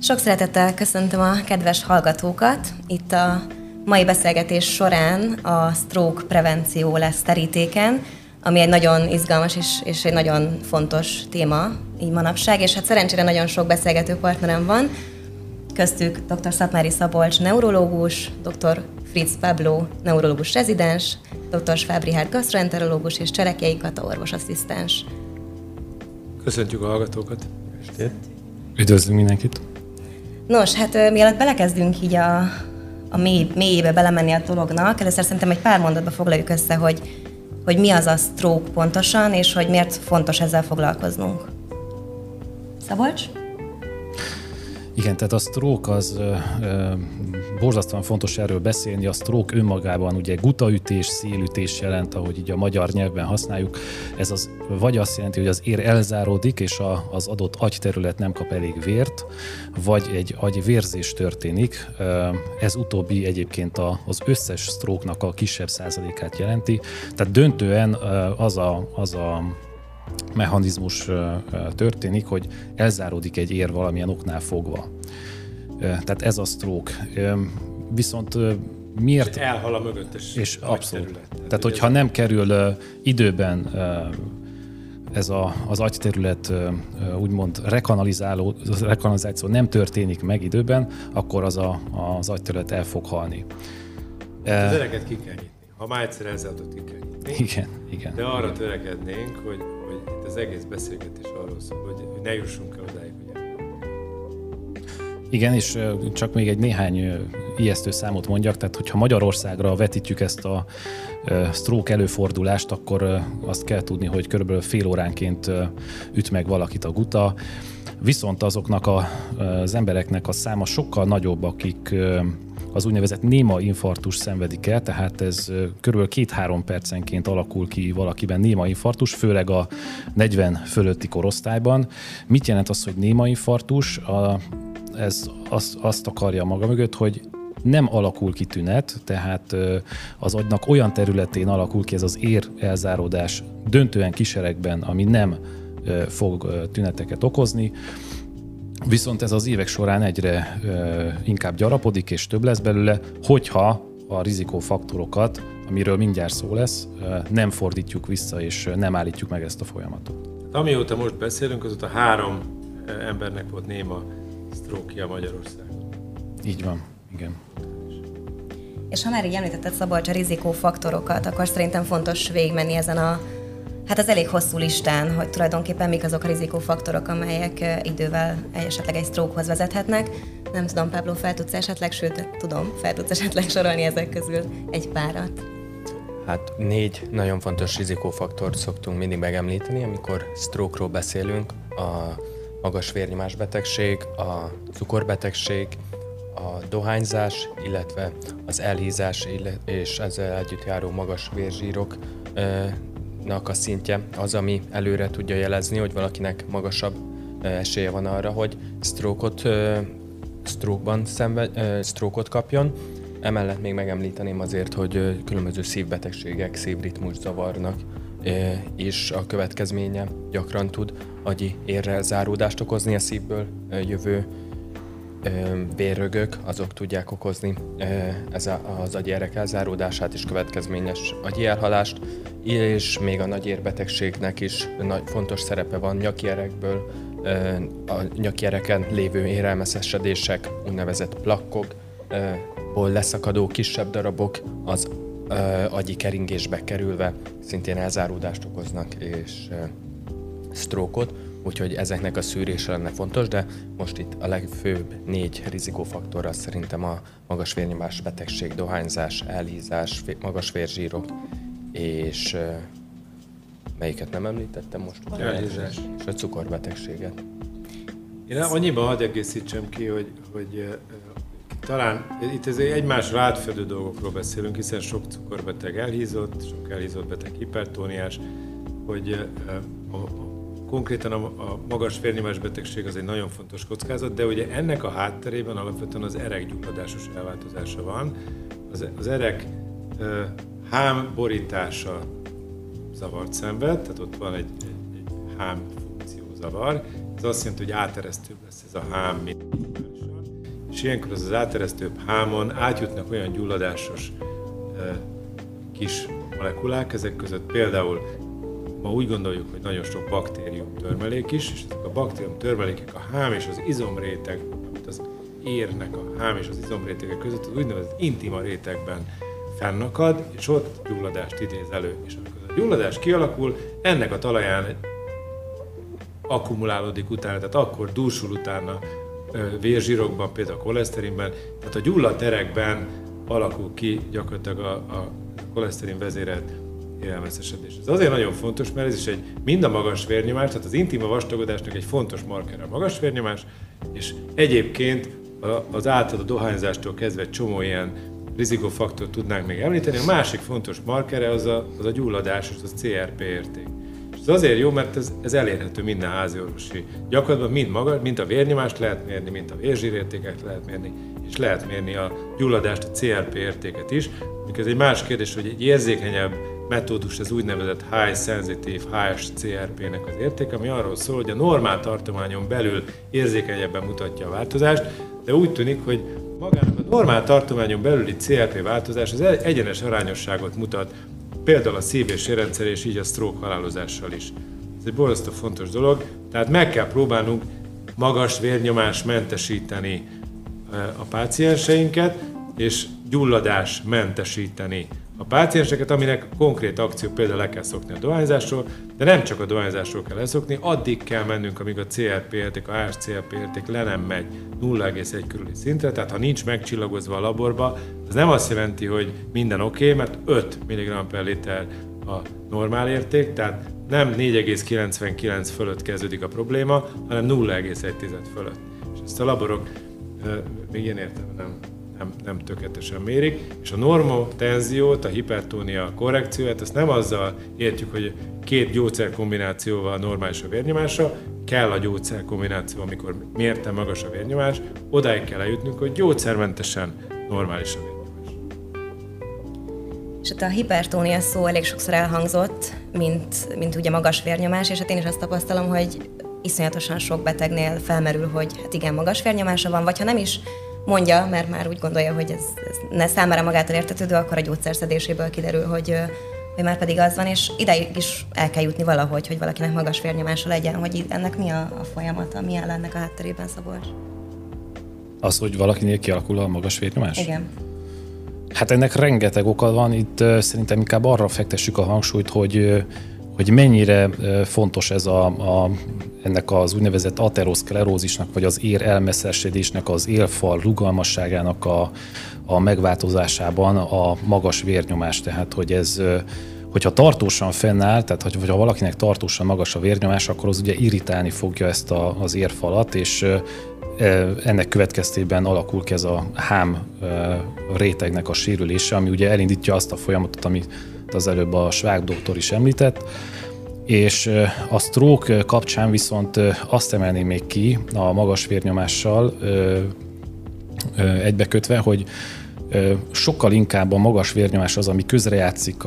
Sok szeretettel köszöntöm a kedves hallgatókat. Itt a mai beszélgetés során a stroke prevenció lesz terítéken, ami egy nagyon izgalmas és egy nagyon fontos téma így manapság, és hát szerencsére nagyon sok beszélgető partnerem van, köztük dr. Szatmári Szabolcs neurológus, dr. Fritz Pablo neurológus rezidens, dr. Schwab Richard gastroenterológus és Cserekjei Kata orvosasszisztens. Köszöntjük a hallgatókat! Estét! Üdvözlünk mindenkit! Nos, hát mielőtt belekezdünk így a mélyébe belemenni a dolognak, először szerintem egy pár mondatba foglaljuk össze, hogy mi az a stroke pontosan, és hogy miért fontos ezzel foglalkoznunk. Szabolcs? Igen, tehát a stroke az borzasztóan fontos erről beszélni. A stroke önmagában ugye gutaütés, szélütés jelent, ahogy így a magyar nyelvben használjuk. Ez az vagy azt jelenti, hogy az ér elzáródik, és az adott agyterület nem kap elég vért, vagy egy agyvérzés történik. Ez utóbbi egyébként az összes stroke-nak a kisebb százalékát jelenti. Tehát döntően az a mechanizmus történik, hogy elzáródik egy ér valamilyen oknál fogva. Tehát ez a stroke. Viszont miért... Elhal a mögöttes és abszolút. agyterület. Tehát hogyha nem kerül időben ez az agyterület úgymond rekanalizáció nem történik meg időben, akkor az agyterület el fog halni. Az öreket ki kell nyitni. Ha már egyszer elzáródott, ki kell nyitni. Igen. De arra törekednénk, hogy itt az egész beszélgetés arról szól, hogy ne jussunk el odáig, hogy Igen, és csak még egy néhány ijesztő számot mondjak, tehát hogyha Magyarországra vetítjük ezt a stroke előfordulást, akkor azt kell tudni, hogy körülbelül fél óránként üt meg valakit a guta, viszont azoknak az embereknek a száma sokkal nagyobb, akik az úgynevezett néma infarktus szenvedik el, tehát ez körülbelül 2-3 percenként alakul ki valakiben néma infarktus, főleg a 40 fölötti korosztályban. Mit jelent az, hogy néma infarktus? Ez azt akarja maga mögött, hogy nem alakul ki tünet, tehát az agynak olyan területén alakul ki ez az ér elzáródás döntően kiseregben, ami nem fog tüneteket okozni, viszont ez az évek során egyre inkább gyarapodik és több lesz belőle, hogyha a rizikófaktorokat, amiről mindjárt szó lesz, nem fordítjuk vissza és nem állítjuk meg ezt a folyamatot. Amióta most beszélünk, azóta 3 embernek volt néma stroke-ja Magyarországon. Így van, igen. És ha már így említetted, Szabolcs, a rizikófaktorokat, akkor szerintem fontos végigmenni ezen az elég hosszú listán, hogy tulajdonképpen mik azok a rizikófaktorok, amelyek idővel esetleg egy stroke-hoz vezethetnek. Nem tudom, Pablo, fel tudsz esetleg sorolni ezek közül egy párat? Hát 4 nagyon fontos rizikófaktort szoktunk mindig megemlíteni, amikor stroke-ról beszélünk. A magas vérnyomásbetegség, a cukorbetegség, a dohányzás, illetve az elhízás és ezzel együtt járó magas vérzsíroknak a szintje az, ami előre tudja jelezni, hogy valakinek magasabb esélye van arra, hogy stroke-ot kapjon. Emellett még megemlíteném azért, hogy különböző szívbetegségek, szívritmuszavarnak és a következménye gyakran tud agyi érrelzáródást okozni, a szívből jövő vérrögök, azok tudják okozni az agyi erek elzáródását és következményes agyi elhalást, és még a nagyérbetegségnek is fontos szerepe van nyaki erekből, a nyaki ereken lévő érelmeszesedések, úgynevezett plakkokból leszakadó kisebb darabok az agyi keringésbe kerülve szintén elzáródást okoznak és stroke-ot, úgyhogy ezeknek a szűrése lenne fontos, de most itt a legfőbb 4 rizikófaktor az szerintem a magas vérnyomás betegség, dohányzás, elhízás, magas vérzsírok, és melyiket nem említettem most? Elhízás. És a cukorbetegséget. Én annyiban hadd egészítsem ki, hogy talán itt egymásra átfedő dolgokról beszélünk, hiszen sok cukorbeteg elhízott, sok elhízott beteg hipertóniás, hogy konkrétan a magas vérnyomás betegség az egy nagyon fontos kockázat, de ugye ennek a hátterében alapvetően az erekgyulladásos elváltozása van. Az erek hámborítása zavart szenved, tehát ott van egy hám funkció zavar. Ez azt jelenti, hogy áteresztőbb lesz ez a hám, mint és ilyenkor az áteresztőbb hámon átjutnak olyan gyulladásos kis molekulák, ezek között például ma úgy gondoljuk, hogy nagyon sok baktérium törmelék is, és ezek a baktérium törmelékek a hám és az izomréteg, amit az érnek a hám és az izomrétegek között, az úgynevezett intima rétegben fennakad, és ott gyulladást idéz elő. És amikor a gyulladás kialakul, ennek a talaján akkumulálódik utána, tehát akkor dúsul utána vérzsírokban, például a koleszterinben, tehát a gyulladt erekben alakul ki gyakorlatilag a koleszterin vezérelt élelmezésedés. Ez azért nagyon fontos, mert ez is egy mind a magas vérnyomás, tehát az intima vastagodásnak egy fontos marker a magas vérnyomás, és egyébként az által a dohányzástól kezdve egy csomó ilyen rizikofaktort tudnánk még említeni. A másik fontos markere az a gyulladás, az a CRP érték. És ez azért jó, mert ez elérhető minden háziorvosi gyakorlatban, mind a vérnyomást lehet mérni, mind a vérzsírértéket lehet mérni, és lehet mérni a gyulladást, a CRP értéket is. Ez egy más kérdés, hogy egy érzékenyebb metódus, az úgynevezett high sensitive HSCRP-nek az érték, ami arról szól, hogy a normál tartományon belül érzékenyebben mutatja a változást, de úgy tűnik, hogy magának a normál tartományon belüli CRP változás az egyenes arányosságot mutat, például a szív- és érrendszer és így a stroke halálozással is. Ez egy borzasztó fontos dolog, tehát meg kell próbálnunk magas vérnyomás mentesíteni a pácienseinket, és gyulladás mentesíteni a pácienseket, aminek konkrét akció például le kell szokni a dohányzásról, de nem csak a dohányzásról kell leszokni, addig kell mennünk, amíg a CRP érték, a HSCRP érték le nem megy 0,1 körüli szintre, tehát ha nincs megcsillagozva a laborba, az nem azt jelenti, hogy minden oké, mert 5 mg per liter a normál érték, tehát nem 4,99 fölött kezdődik a probléma, hanem 0,1 fölött. És ezt a laborok még ilyen értelemben nem tökéletesen mérik, és a normotenziót, a hipertónia korrekcióját, ezt nem azzal értjük, hogy 2 gyógyszer kombinációval normális a vérnyomása, kell a gyógyszer kombináció, amikor mérten magas a vérnyomás, odáig kell eljutnunk, hogy gyógyszermentesen normális a vérnyomás. És hát a hipertónia szó elég sokszor elhangzott, mint ugye magas vérnyomás, és hát én is azt tapasztalom, hogy iszonyatosan sok betegnél felmerül, hogy hát igen, magas vérnyomása van, vagy ha nem is mondja, mert már úgy gondolja, hogy ez számára magától értetődő, akkor a gyógyszerszedéséből kiderül, hogy már pedig az van, és ideig is el kell jutni valahogy, hogy valakinek magas vérnyomása legyen, hogy ennek mi a folyamata, mi áll ennek a hátterében, Szabolcs? Az, hogy valakinél kialakul a magas vérnyomás? Igen. Hát ennek rengeteg oka van, itt szerintem inkább arra fektessük a hangsúlyt, hogy mennyire fontos ez ennek az úgynevezett ateroszklerózisnak, vagy az ér elmesszesedésnek, az élfal rugalmasságának a megváltozásában a magas vérnyomás. Tehát, hogy ez, hogyha tartósan fennáll, tehát hogyha valakinek tartósan magas a vérnyomás, akkor az ugye irritálni fogja ezt az érfalat, és ennek következtében alakul ki ez a hám rétegnek a sérülése, ami ugye elindítja azt a folyamatot, amit az előbb a Schwab doktor is említett. És a stroke kapcsán viszont azt emelném még ki a magas vérnyomással egybekötve, hogy sokkal inkább a magas vérnyomás az, ami közrejátszik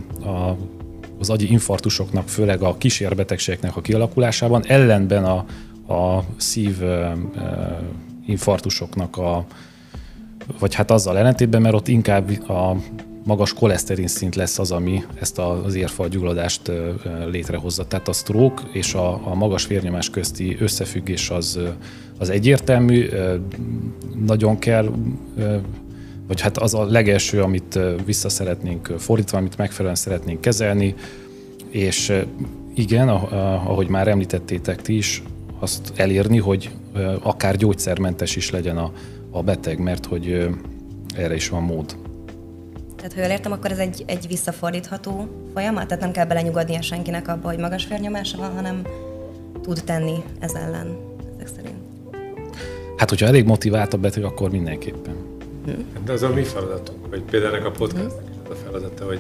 az agyi infarktusoknak, főleg a kísérbetegségeknek a kialakulásában, ellenben a szív infarktusoknak vagy hát azzal ellentétben, mert ott inkább a magas koleszterin szint lesz az, ami ezt az érfal gyulladást létrehozza. Tehát a stroke és a magas vérnyomás közti összefüggés az egyértelmű, nagyon kell, vagy hát az a legelső, amit vissza szeretnénk fordítva, amit megfelelően szeretnénk kezelni, és igen, ahogy már említettétek ti is, azt elérni, hogy akár gyógyszermentes is legyen a beteg, mert hogy erre is van mód. Tehát, ha jól értem, akkor ez egy visszafordítható folyamat? Tehát nem kell belenyugodnia senkinek abba, hogy magas vérnyomása van, hanem tud tenni ez ellen, ezek szerint. Hát, hogyha elég motivált a beteg, akkor mindenképpen. De az a mi feladatunk, hogy például ennek a podcastnak is az a feladata, hogy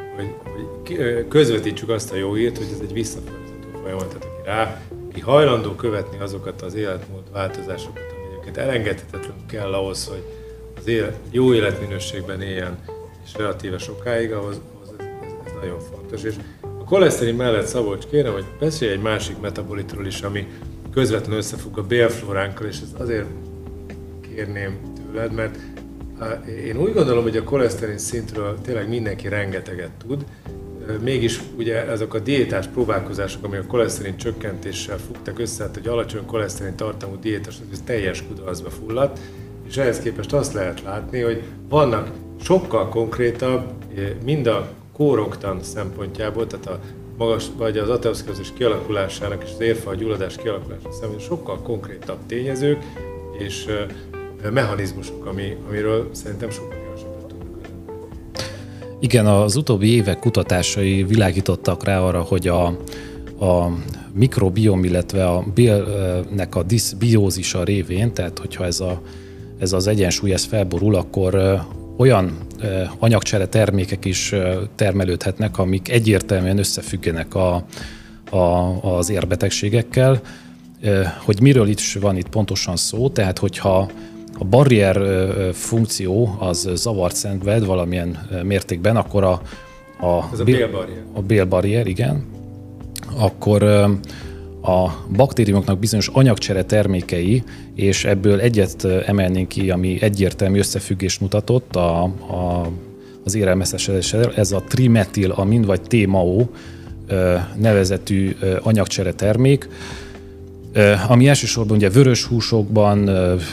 közvetítsük azt a jó hírt, hogy ez egy visszafordítható folyamat, tehát aki hajlandó követni azokat az életmód változásokat, amelyeket elengedhetetlenül kell ahhoz, hogy az jó életminőségben éljen, és relatíve sokáig, ahhoz ez nagyon fontos. És a koleszterin mellett, Szabolcs, kérem, hogy beszélj egy másik metabolitról is, ami közvetlenül összefügg a bélflóránkkal, és ezt azért kérném tőled, mert én úgy gondolom, hogy a koleszterin szintről tényleg mindenki rengeteget tud, mégis ugye ezek a diétás próbálkozások, amik a koleszterin csökkentéssel fogtak össze, hát, hogy alacsony koleszterin tartalmú diétás, ez teljes kudarcba fulladt, és ehhez képest azt lehet látni, hogy vannak sokkal konkrétabb, mind a kóroktan szempontjából, tehát a magas, vagy az ateroszklózis kialakulásának és az érfal gyulladás kialakulásának szempontjából sokkal konkrétabb tényezők és mechanizmusok, amiről szerintem sokkal kevesebbet tudunk. Igen, az utóbbi évek kutatásai világítottak rá arra, hogy a mikrobiom, illetve a bélnek a diszbiózisa révén, tehát hogyha ez az egyensúly felborul, akkor olyan anyagcsere termékek is termelődhetnek, amik egyértelműen összefüggenek az érbetegségekkel. Hogy miről is van itt pontosan szó, tehát hogyha a barrier funkció az zavart szenved valamilyen mértékben, akkor ez a bélbarrier. A bélbarrier, igen. Akkor a baktériumoknak bizonyos anyagcsere termékei, és ebből egyet emelnénk ki, ami egyértelmű összefüggést mutatott az élelmezéssel, ez a trimetilamin vagy TMAO nevezetű anyagcsere termék, ami elsősorban ugye vörös húsokban,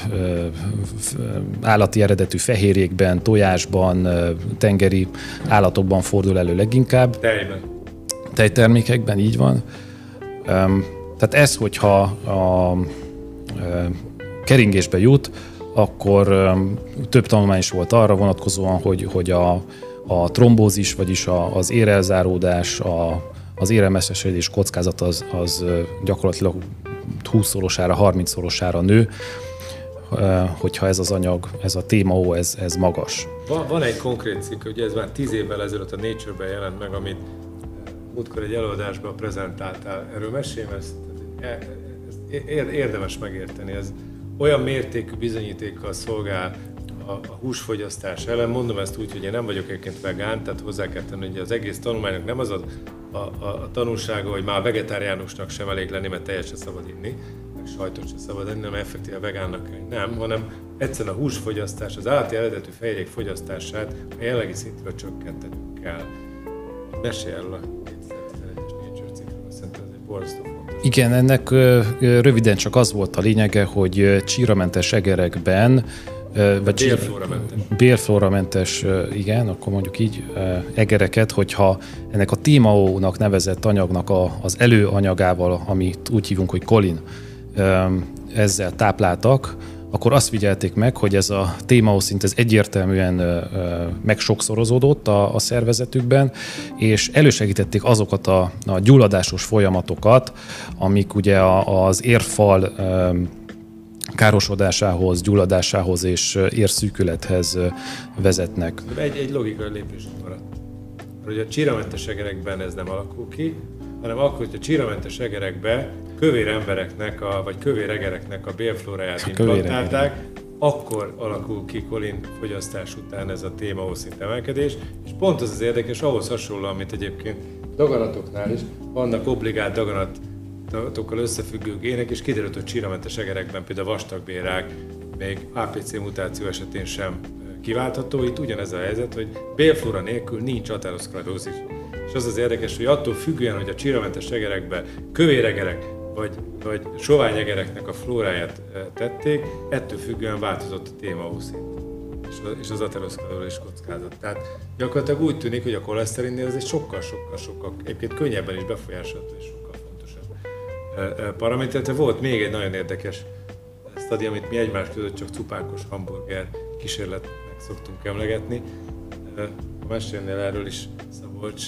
állati eredetű fehérjékben, tojásban, tengeri állatokban fordul elő leginkább. Tejben. Tejtermékekben, így van. Tehát ez, hogyha a keringésbe jut, akkor több tanulmány is volt arra vonatkozóan, hogy a trombózis, vagyis az érelzáródás, az érelmeszesedés kockázat az gyakorlatilag 20-szorosára, 30-szorosára nő, hogyha ez az anyag, ez a TMAO, ez magas. Van egy konkrét cikk, ugye ez már 10 évvel ezelőtt a Nature-ben jelent meg, amit múltkor egy előadásban prezentáltál. Erről mesélj, ezt érdemes megérteni. Ez olyan mértékű bizonyítékkal szolgál a húsfogyasztás ellen. Mondom ezt úgy, hogy én nem vagyok egyébként vegán, tehát hozzá kell tenni, hogy az egész tanulmánynak nem az a tanulsága, hogy már vegetáriánusnak sem elég lenni, mert teljesen szabad inni, meg sajtot sem szabad enni, nem effektíve vegánnak kell, nem, hanem egyszerűen a húsfogyasztás, az állati eredetű fehérjék fogyasztását a jelenlegi szintről csökkentenünk kell. Mesélj el a 2011-es Nature cikkről, szerintem ez egy borzasztó fontos. Igen, ennek röviden csak az volt a lényege, hogy csíramentes egerekben, vagy bélflóramentes, igen, akkor mondjuk így egereket, hogyha ennek a TMAO-nak nevezett anyagnak az előanyagával, amit úgy hívunk, hogy kolin, ezzel tápláltak, akkor azt figyelték meg, hogy ez a TMAO szint ez egyértelműen megsokszorozódott a szervezetükben, és elősegítették azokat a gyulladásos folyamatokat, amik ugye az érfal károsodásához, gyulladásához és érszűkülethez vezetnek. Egy logikai lépés maradt. Hogy a csíramentes egerekben ez nem alakul ki, hanem akkor, hogy a csíramentes egerekbe kövér embereknek, vagy kövér egereknek a bélflóráját implantálták, akkor alakul ki kolin fogyasztás után ez a TMAO szint emelkedés, és pont az érdekes, ahhoz hasonlóan, mint egyébként daganatoknál is, vannak obligát daganatokkal összefüggő gének, és kiderült, hogy csíramentes egerekben például vastagbélrák még APC mutáció esetén sem kiváltható. Itt ugyanez a helyzet, hogy bélflóra nélkül nincs ateroszklerózis. És az érdekes, hogy attól függően, hogy a csíramentes egerekbe kövéregerek vagy soványegereknek a flóráját tették, ettől függően változott a TMAO szint és az ateroszklerózis kockázat. Tehát gyakorlatilag úgy tűnik, hogy a koleszterinnél ez egy sokkal egyébként könnyebben is befolyásolható és sokkal fontosabb paraméter. Volt még egy nagyon érdekes sztori, amit mi egymás között csak cupánkos hamburger kísérletnek szoktunk emlegetni. A mesélnél erről is, Szabolcs.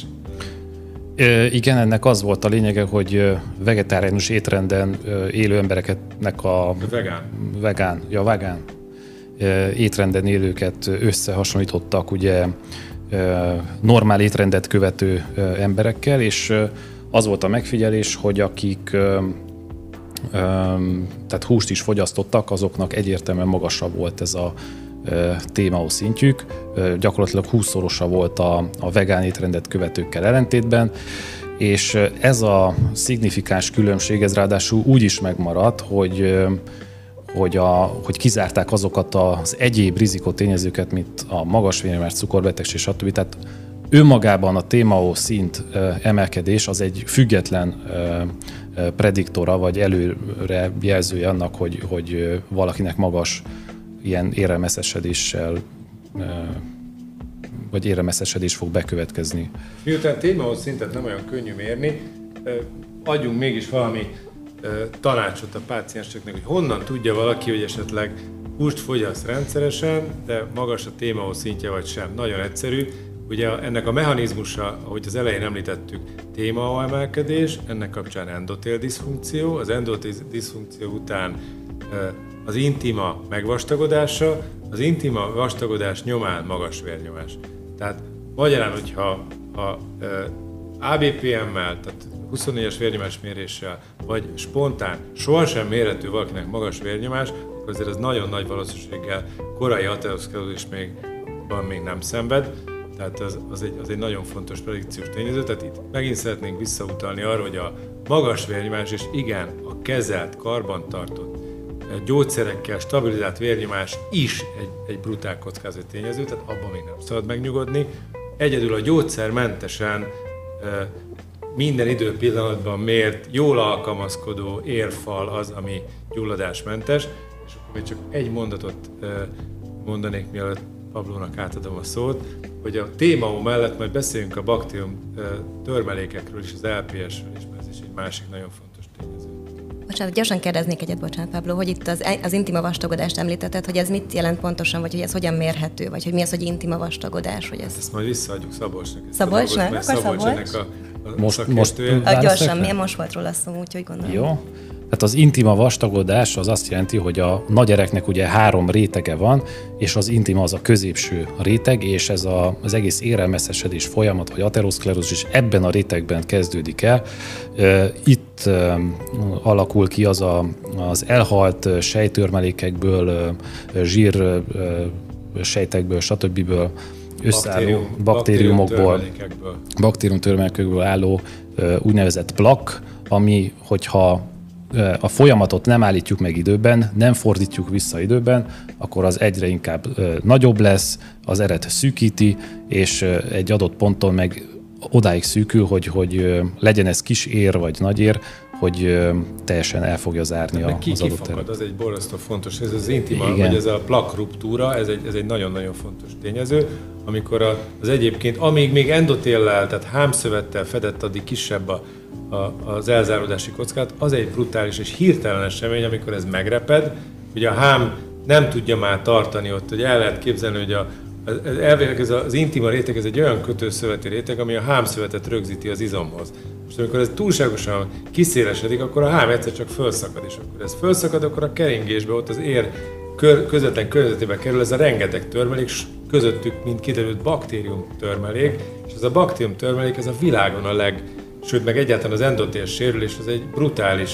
Igen, ennek az volt a lényege, hogy vegetáriánus étrenden élő embereknek vegán étrenden élőket összehasonlítottak ugye normál étrendet követő emberekkel, és az volt a megfigyelés, hogy akik tehát húst is fogyasztottak, azoknak egyértelműen magasabb volt ez a TMAO szintjük, gyakorlatilag 20-szorosa volt a vegán étrendet követőkkel ellentétben, és ez a szignifikáns különbség, ez ráadásul úgy is megmaradt, hogy kizárták azokat az egyéb rizikotényezőket, mint a magas vérnyomás, cukorbetegség, stb. Tehát önmagában a TMAO szint emelkedés az egy független prediktora, vagy előre jelzője annak, hogy valakinek magas ilyen érremesszesedéssel vagy érremesszesedés fog bekövetkezni. Miután TMAO szintet nem olyan könnyű mérni, adjunk mégis valami tanácsot a pácienseknek, hogy honnan tudja valaki, hogy esetleg húst fogyaszt rendszeresen, de magas a TMAO szintje vagy sem. Nagyon egyszerű. Ugye ennek a mechanizmusa, ahogy az elején említettük, TMAO emelkedés, ennek kapcsán endotél diszfunkció, az endotél diszfunkció után az intima megvastagodása, az intima vastagodás nyomán magas vérnyomás. Tehát magyarán, hogyha ABPM-mel, tehát 24-es vérnyomásméréssel, vagy spontán, sohasem mérhető valakinek magas vérnyomás, akkor azért ez nagyon nagy valószínűséggel korai ateroszklerózis még nem szenved. Tehát az egy nagyon fontos predikciós tényező. Tehát itt megint szeretnénk visszautalni arra, hogy a magas vérnyomás, és igen, a kezelt, karbantartott, gyógyszerekkel stabilizált vérnyomás is egy brutál kockázati tényező, tehát abban még nem szabad megnyugodni. Egyedül a gyógyszermentesen minden időpillanatban mért, jól alkalmazkodó érfal az, ami gyulladásmentes, és akkor még csak egy mondatot mondanék, mielőtt Pablónak átadom a szót, hogy a TMAO mellett majd beszéljünk a baktérium törmelékekről és az LPS-ről is, mert ez is egy másik nagyon fontos tényező. Bocsánat, gyorsan kérdeznék egyet, bocsánat, Pablo, hogy itt az intima vastagodást említetted, hogy ez mit jelent pontosan, vagy hogy ez hogyan mérhető, vagy hogy mi az, hogy intima vastagodás, hogy ez... Ezt majd visszaadjuk Szabolcsnak. Szabolcsnak? Akkor Szabolcs ennek a szakértője. Gyorsan, milyen most volt róla szó, úgyhogy gondolom. Jó. Tehát az intima vastagodás az azt jelenti, hogy a nagyereknek ugye 3 rétege van, és az intima az a középső réteg, és ez az egész érrelmesszesedés folyamat, vagy ateroszklerózis ebben a rétegben kezdődik el. Itt alakul ki az elhalt sejtörmelékekből, zsír sejtekből, stb. Összeálló baktériumtörmelékekből álló úgynevezett plak, ami, hogyha a folyamatot nem állítjuk meg időben, nem fordítjuk vissza időben, akkor az egyre inkább nagyobb lesz, az eret szűkíti, és egy adott ponton meg odáig szűkül, hogy legyen ez kis ér vagy nagy ér, hogy teljesen el fogja zárni az adott eret. Az egy borzasztó fontos, ez az intima, vagy ez a plak ruptúra, ez egy nagyon-nagyon fontos tényező, amikor az egyébként, amíg még endotéllel, tehát hámszövettel fedett, addig kisebb az elzáródási kockázat, az egy brutális és hirtelen esemény, amikor ez megreped, ugye a hám nem tudja már tartani ott, hogy el lehet képzelni, hogy elvileg az intima réteg, ez egy olyan kötőszöveti réteg, ami a hámszövetet rögzíti az izomhoz. Most amikor ez túlságosan kiszélesedik, akkor a hám egyszer csak fölszakad, és akkor ez fölszakad, akkor a keringésbe, ott az ér közvetlen környezetébe kerül ez a rengeteg törmelék, közöttük, mint kiderült, baktérium törmelék, és ez a baktérium törmelék, ez a világon sőt, meg egyáltalán az endotél sérülés, az egy brutális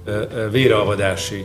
véralvadási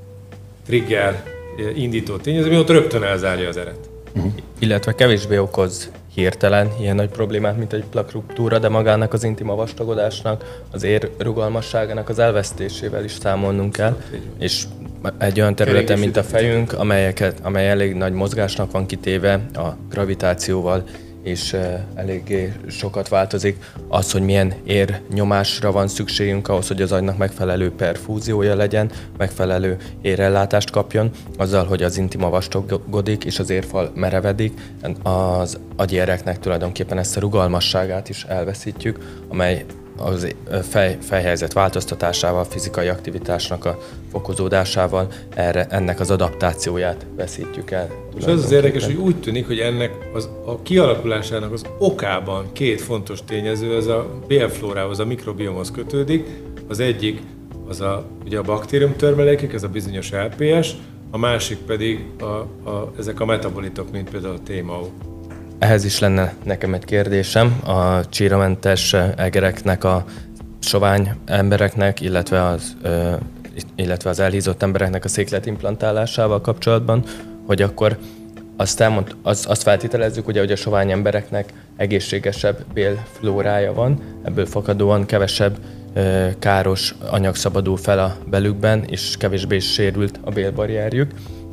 trigger indító tényező, ami ott rögtön elzárja az eret. Illetve kevésbé okoz hirtelen ilyen nagy problémát, mint egy plakruptúra, de magának az intima vastagodásnak, az ér rugalmasságának az elvesztésével is számolnunk kell, és egy olyan területen, mint a fejünk, amely elég nagy mozgásnak van kitéve a gravitációval, és eléggé sokat változik az, hogy milyen érnyomásra van szükségünk ahhoz, hogy az agynak megfelelő perfúziója legyen, megfelelő érellátást kapjon, azzal, hogy az intima vastagodik és az érfal merevedik, az agyi ereknek tulajdonképpen ezt a rugalmasságát is elveszítjük, amely az fejhelyzet változtatásával, fizikai aktivitásnak a fokozódásával ennek az adaptációját veszítjük el. És az érdekes, hogy úgy tűnik, hogy ennek a kialakulásának az okában 2 fontos tényező, ez a bélflórához, a mikrobiomhoz kötődik. Az egyik ugye a baktériumtörmelékek, ez a bizonyos LPS, a másik pedig ezek a metabolitok, mint például a TMAO. Ehhez is lenne nekem egy kérdésem. A csíramentes egereknek, a sovány embereknek, illetve az elhízott embereknek a székletimplantálásával kapcsolatban, hogy akkor azt feltételezzük, ugye, hogy a sovány embereknek egészségesebb bélflórája van, ebből fakadóan kevesebb káros anyag szabadul fel a belükben, és kevésbé sérült a bélbarrierjük.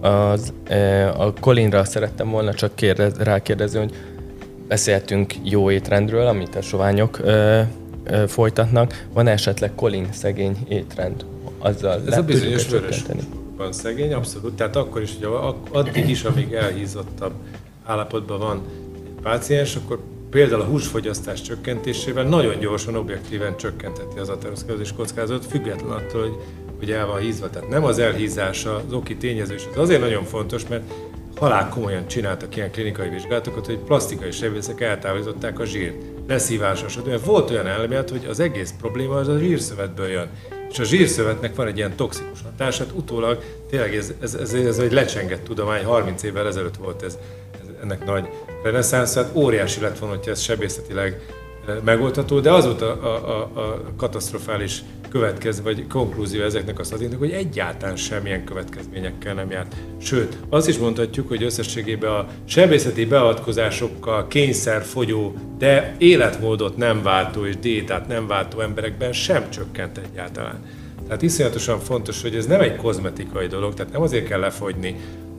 A kolinra szerettem volna csak rákérdezni, hogy beszéltünk jó étrendről, amit a soványok folytatnak. Van esetleg kolin szegény étrend? Azzal ez a bizonyos vörösban szegény, abszolút. Tehát akkor is, hogy addig is, amíg elhízottabb állapotban van egy páciens, akkor például a húsfogyasztás csökkentésével nagyon gyorsan, objektíven csökkentheti az ateroszklózis kockázatot, független attól, hogy el van hízva. Tehát nem az elhízás az oki tényező, és az azért nagyon fontos, mert halál komolyan csináltak ilyen klinikai vizsgálatokat, hogy plastikai sebészek eltávolították a zsírt, leszívásra, stb. Volt olyan elmélet, hogy az egész probléma az a zsírszövetből jön. És a zsírszövetnek van egy ilyen toxikus hatását, utólag tényleg ez egy lecsengett tudomány, 30 évvel ezelőtt volt ennek nagy reneszánsz, hát óriási lett volna, hogyha ez sebészetileg megoldható, de az volt a katasztrofális vagy konklúzió ezeknek a statisztikák, hogy egyáltalán semmilyen következményekkel nem járt. Sőt, azt is mondhatjuk, hogy összességében a sebészeti beavatkozásokkal kényszerfogyó, de életmódot nem váltó és diétát nem váltó emberekben sem csökkent egyáltalán. Tehát iszonyatosan fontos, hogy ez nem egy kozmetikai dolog, tehát nem azért kell lefogyni,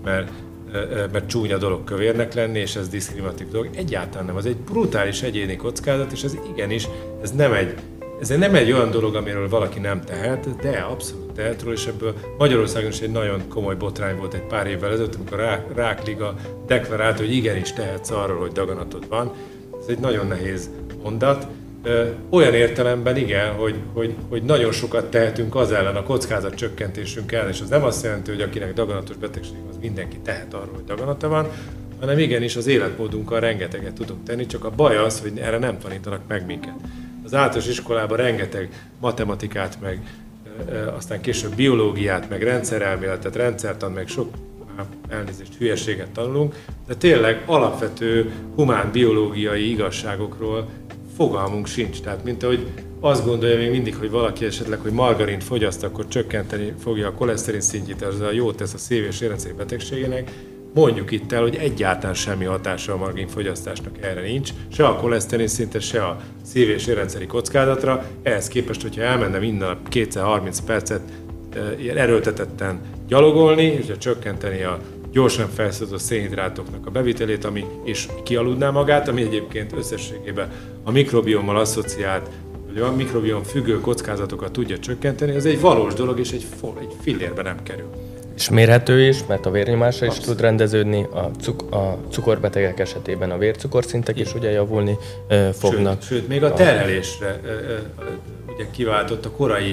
mert csúnya dolog kövérnek lenni, és ez diszkriminatív dolog. Egyáltalán nem. Az egy brutális egyéni kockázat, és ez igenis, ez nem egy olyan dolog, amiről valaki nem tehet, de abszolút tehet róla, és ebből Magyarországon is egy nagyon komoly botrány volt egy pár évvel ezelőtt, amikor a Rákliga deklarálta, hogy igenis tehetsz arról, hogy daganatod van. Ez egy nagyon nehéz mondat. Olyan értelemben igen, hogy nagyon sokat tehetünk az ellen, a kockázat csökkentésünk ellen, és az nem azt jelenti, hogy akinek daganatos betegség, az mindenki tehet arról, hogy daganata van, hanem igenis az életmódunkkal rengeteget tudunk tenni, csak a baj az, hogy erre nem tanítanak meg minket. Az általános iskolában rengeteg matematikát, meg aztán később biológiát, meg rendszerelméletet, rendszertan, meg sok elnézést, hülyeséget tanulunk, de tényleg alapvető humán biológiai igazságokról fogalmunk sincs. Tehát mint ahogy azt gondolja még mindig, hogy valaki esetleg, hogy margarint fogyaszt, akkor csökkenteni fogja a koleszterin szintjét, az a jót tesz a szív- és érrendszeri betegségének. Mondjuk itt el, hogy egyáltalán semmi hatása a margarin fogyasztásnak erre nincs, se a koleszterin szintre, se a szív- és érrendszeri kockázatra. Ehhez képest, hogyha elmenne minden nap 2-30 percet ilyen erőltetetten gyalogolni, és csökkenteni a gyorsan felszabaduló szénhidrátoknak a bevitelét, ami és kialudná magát, ami egyébként összességében a mikrobiommal asszociált, vagy a mikrobiom függő kockázatokat tudja csökkenteni, ez egy valós dolog, és egy fillérbe nem kerül. És mérhető is, mert a vérnyomásra is tud rendeződni, a cukorbetegek esetében a vércukorszintek is ugye javulni fognak. Sőt, még a terhelésre ugye kiváltott a korai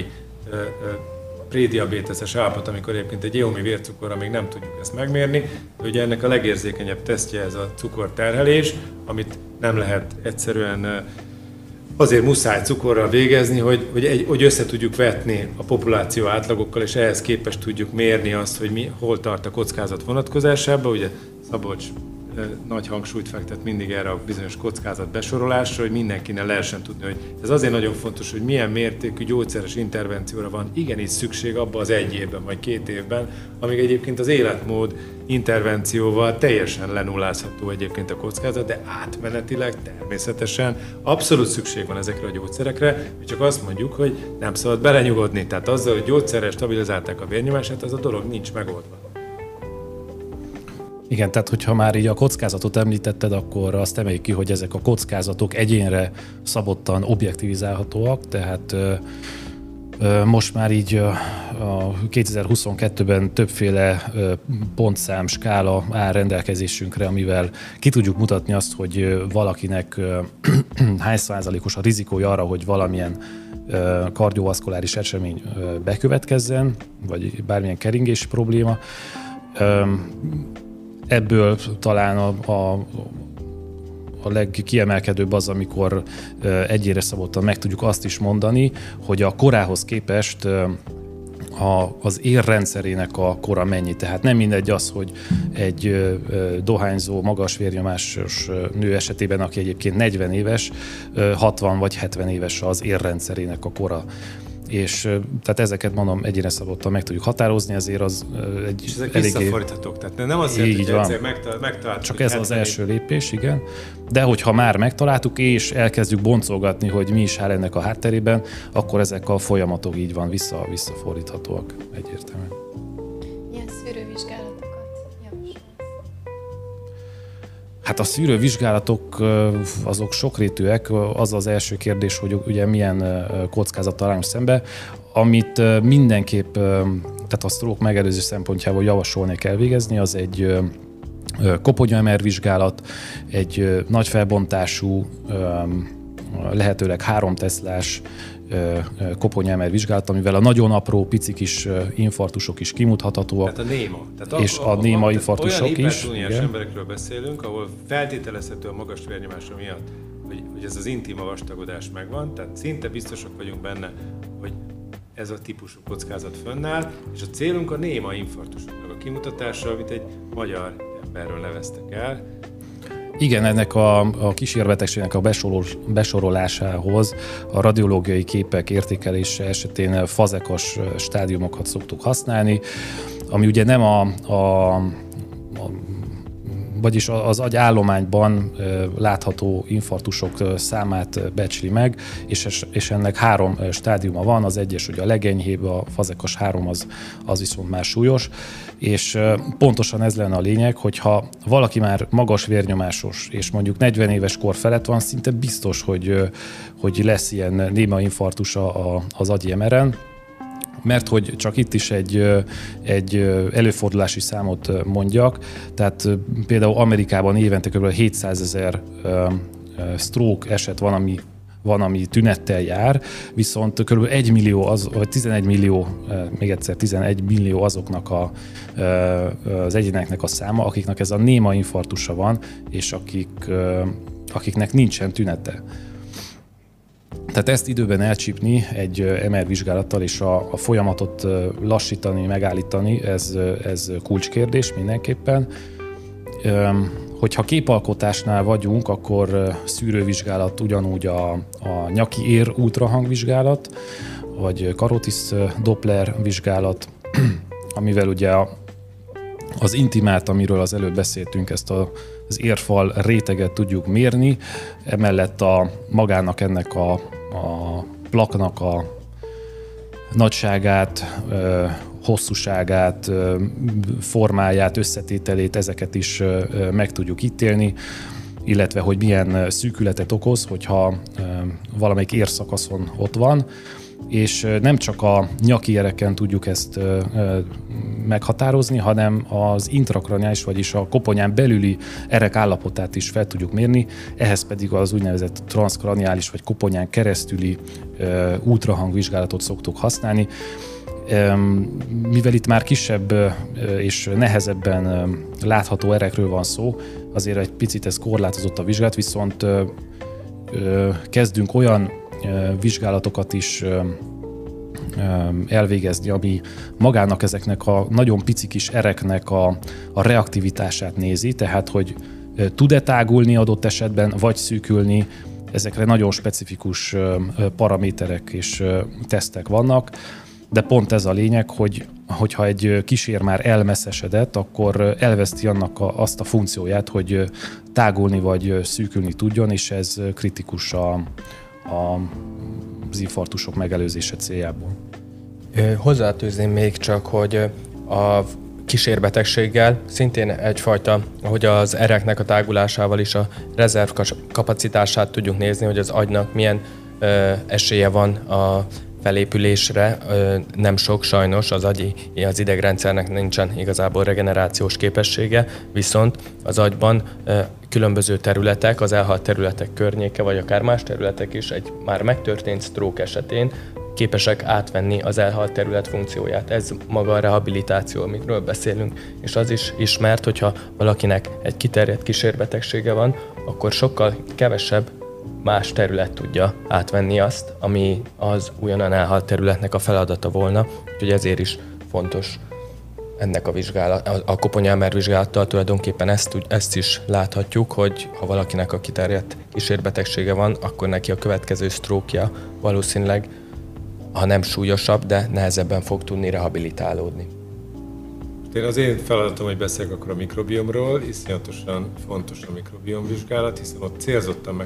prédiabéteses állapot, amikor egyébként egy éhomi vércukorra még nem tudjuk ezt megmérni. Ugye ennek a legérzékenyebb tesztje ez a cukorterhelés, amit nem lehet egyszerűen azért muszáj cukorral végezni, hogy össze tudjuk vetni a populáció átlagokkal, és ehhez képest tudjuk mérni azt, hogy hol tart a kockázat vonatkozásában. Ugye Szabolcs nagy hangsúlyt fektet mindig erre a bizonyos kockázat besorolásra, hogy mindenkinek lehessen tudni, hogy ez azért nagyon fontos, hogy milyen mértékű gyógyszeres intervencióra van igenis szükség abban az 1 évben vagy 2 évben, amíg egyébként az életmód intervencióval teljesen lenullázható egyébként a kockázat, de átmenetileg természetesen abszolút szükség van ezekre a gyógyszerekre, mi csak azt mondjuk, hogy nem szabad belenyugodni, tehát azzal, hogy gyógyszerrel stabilizálták a vérnyomását, az a dolog nincs megoldva. Igen, tehát hogyha már így a kockázatot említetted, akkor azt emeljük ki, hogy ezek a kockázatok egyénre szabottan objektivizálhatóak, tehát most már így a 2022-ben többféle pontszám, skála áll rendelkezésünkre, amivel ki tudjuk mutatni azt, hogy valakinek hány százalékos a rizikója arra, hogy valamilyen kardiovaszkuláris esemény bekövetkezzen, vagy bármilyen keringési probléma. Ebből talán a legkiemelkedőbb az, amikor egyére szabottan meg tudjuk azt is mondani, hogy a korához képest az érrendszerének a kora mennyi. Tehát nem mindegy az, hogy egy dohányzó, magas vérnyomásos nő esetében, aki egyébként 40 éves, 60 vagy 70 éves az érrendszerének a kora. és tehát ezeket mondom egyéne szabottan meg tudjuk határozni, ezért az egy és ezek eléggé... visszafordíthatók, tehát nem azt jelenti, hogy egyszer megtaláltuk. Csak ez az első lépés, igen. De hogyha már megtaláltuk, és elkezdjük boncolgatni, hogy mi is áll ennek a hátterében, akkor ezek a folyamatok így van visszafordíthatóak egyértelműen. Milyen szűrővizsgálatokat javasolsz? Hát a szűrővizsgálatok azok sokrétűek. Az az első kérdés, hogy ugye milyen kockázattal állunk szembe, amit mindenképp, tehát a stroke megelőző szempontjából javasolnék elvégezni, az egy koponya-MR vizsgálat, egy nagy felbontású, lehetőleg 3 Teslás koponya-MR vizsgálat, amivel a nagyon apró, pici kis infarktusok is kimutathatóak. Tehát a néma. Tehát és a néma infarktusok is. Olyan hipertóniás emberekről beszélünk, ahol feltételezhető a magas vérnyomása miatt, hogy ez az intima vastagodás megvan, tehát szinte biztosak vagyunk benne, hogy ez a típusú kockázat fönnáll, és a célunk a néma infarktusoknak a kimutatása, amit egy magyar emberről neveztek el. Igen, ennek a kísérbetegségnek a besorolásához a radiológiai képek értékelése esetén fazekas stádiumokat szoktuk használni, ami ugye nem vagyis az agyállományban látható infarktusok számát becsli meg, és ennek 3 stádiuma van, az egyes ugye a legenyhébb, a fazekas 3 az viszont már súlyos, és pontosan ez lenne a lényeg, hogyha valaki már magas vérnyomásos, és mondjuk 40 éves kor felett van, szinte biztos, hogy lesz ilyen néma infarktusa az agyi MR-en, mert hogy csak itt is egy előfordulási számot mondjak, tehát például Amerikában évente kb. 700 000 stroke eset van, ami tünettel jár, viszont kb. 1 millió, vagy 11 millió, még egyszer 11 millió azoknak az egyéneknek a száma, akiknek ez a néma infarktusa van, és akiknek nincsen tünete. Tehát ezt időben elcsípni egy MR vizsgálattal és a folyamatot lassítani, megállítani, ez kulcskérdés mindenképpen. Hogyha képalkotásnál vagyunk, akkor szűrővizsgálat ugyanúgy a nyaki ér ultrahangvizsgálat, vagy karotis Doppler vizsgálat, amivel ugye az intimát, amiről az előbb beszéltünk, ezt az érfal réteget tudjuk mérni, emellett magának ennek a plaknak a nagyságát, hosszúságát, formáját, összetételét, ezeket is meg tudjuk ítélni, illetve hogy milyen szűkületet okoz, hogyha valamelyik érszakaszon ott van, és nem csak a nyaki ereken tudjuk ezt meghatározni, hanem az intrakraniális, vagyis a koponyán belüli erek állapotát is fel tudjuk mérni, ehhez pedig az úgynevezett transzkraniális vagy koponyán keresztüli ultrahangvizsgálatot szoktuk használni. Mivel itt már kisebb és nehezebben látható erekről van szó, azért egy picit ez korlátozott a vizsgálat, viszont kezdünk olyan vizsgálatokat is elvégezni, ami magának ezeknek a nagyon pici kis ereknek a reaktivitását nézi, tehát hogy tud-e tágulni adott esetben, vagy szűkülni, ezekre nagyon specifikus paraméterek és tesztek vannak, de pont ez a lényeg, hogyha egy kísér már elmesszesedett, akkor elveszti annak azt a funkcióját, hogy tágulni vagy szűkülni tudjon, és ez kritikus az infarktusok megelőzése céljából. Hozzátűzném még csak, hogy a kísérbetegséggel szintén egyfajta, hogy az ereknek a tágulásával is a rezerv kapacitását tudjuk nézni, hogy az agynak milyen esélye van a felépülésre, nem sok sajnos, az idegrendszernek nincsen igazából regenerációs képessége, viszont az agyban különböző területek, az elhalt területek környéke, vagy akár más területek is egy már megtörtént stroke esetén képesek átvenni az elhalt terület funkcióját. Ez maga a rehabilitáció, amiről beszélünk, és az is ismert, hogyha valakinek egy kiterjedt kísérbetegsége van, akkor sokkal kevesebb más terület tudja átvenni azt, ami az újonnan elhalt területnek a feladata volna, úgyhogy ezért is fontos ennek a vizsgálat. A koponya-MR vizsgálattal tulajdonképpen ezt is láthatjuk, hogy ha valakinek a kiterjedt kísérbetegsége van, akkor neki a következő sztrókja valószínűleg ha nem súlyosabb, de nehezebben fog tudni rehabilitálódni. Az én feladatom, hogy beszéljek akkor a mikrobiomról, iszonyatosan fontos a mikrobiomvizsgálat, hiszen ott célzottan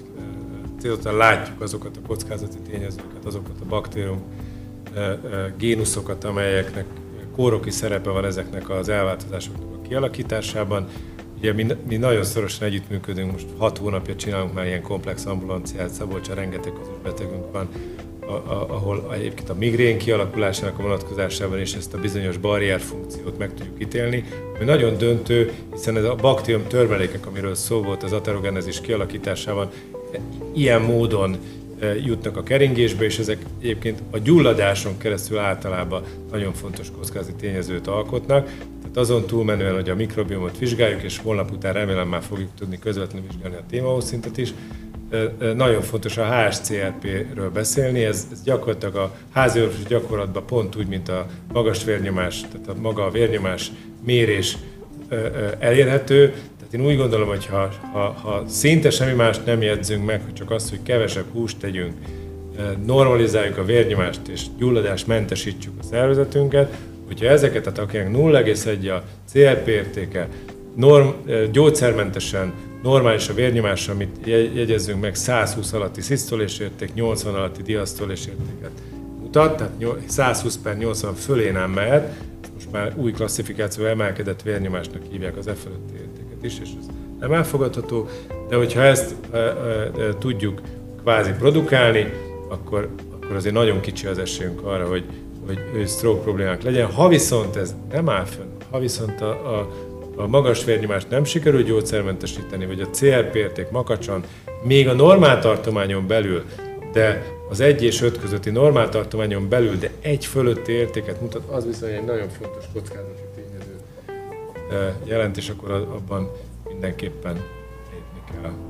látjuk azokat a kockázati tényezőket, azokat a baktérium génuszokat, amelyeknek kóroki szerepe van ezeknek az elváltozásoknak a kialakításában. Ugye mi nagyon szorosan együttműködünk, most 6 hónapja csinálunk már ilyen komplex ambulanciát, Szabolcsán rengeteg közös betegünk van, ahol egyébként a migrén kialakulásának a vonatkozásában is ezt a bizonyos barrier funkciót meg tudjuk ítélni, ami nagyon döntő, hiszen ez a baktérium törmelékek, amiről szó volt az aterogenezis kialakításában, ilyen módon jutnak a keringésbe, és ezek egyébként a gyulladáson keresztül általában nagyon fontos kockázati tényezőt alkotnak. Tehát azon túlmenően, hogy a mikrobiomot vizsgáljuk, és holnap után remélem már fogjuk tudni közvetlenül vizsgálni a témahószintet is, nagyon fontos a HSCRP-ről beszélni, ez gyakorlatilag a háziorvosi gyakorlatban pont úgy, mint a magas vérnyomás, tehát a maga a vérnyomás mérés elérhető. Tehát én úgy gondolom, hogy ha szinte semmi mást nem jegyzünk meg, hogy csak azt, hogy kevesebb húst tegyünk, normalizáljuk a vérnyomást és gyulladásmentesítsük a szervezetünket, hogyha ezeket, tehát akinek 0,1 a CRP értéke, gyógyszermentesen normális a vérnyomás, amit jegyezzünk meg, 120 alatti szisztolés érték, 80 alatti diasztolés értéket mutat, tehát 120/80 fölé nem mehet, most már új klasszifikáció emelkedett vérnyomásnak hívják az fölötti értéket is, és ez nem elfogadható, de hogyha ezt tudjuk kvázi produkálni, akkor azért nagyon kicsi az esélyünk arra, hogy stroke problémák legyen. Ha viszont ez nem áll fönn, ha viszont a magas vérnyomást nem sikerül gyógyszermentesíteni, vagy a CRP érték makacsan, még a normáltartományon belül, de az 1 és 5 közötti normáltartományon belül, de 1 fölötti értéket mutat, az viszont egy nagyon fontos kockázati tényező jelent, és akkor abban mindenképpen lépni kell.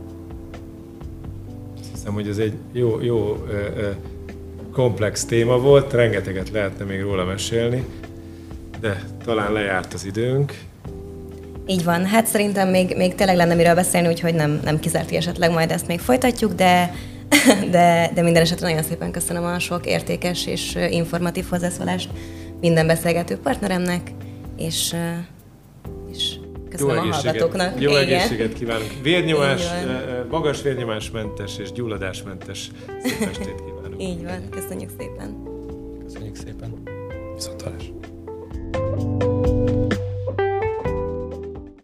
Azt hiszem, hogy ez egy jó komplex téma volt, rengeteget lehetne még róla mesélni, de talán lejárt az időnk. Így van, hát szerintem még tényleg lenne miről beszélni, úgyhogy nem kizárt, hogy esetleg majd ezt még folytatjuk, de minden esetre nagyon szépen köszönöm a sok értékes és informatív hozzászólást minden beszélgető partneremnek, és köszönöm a hallgatóknak. Jó egészséget kívánunk. Magas vérnyomásmentes és gyulladásmentes szép estét kívánunk. Így van, köszönjük szépen. Köszönjük szépen. Viszontlátásra.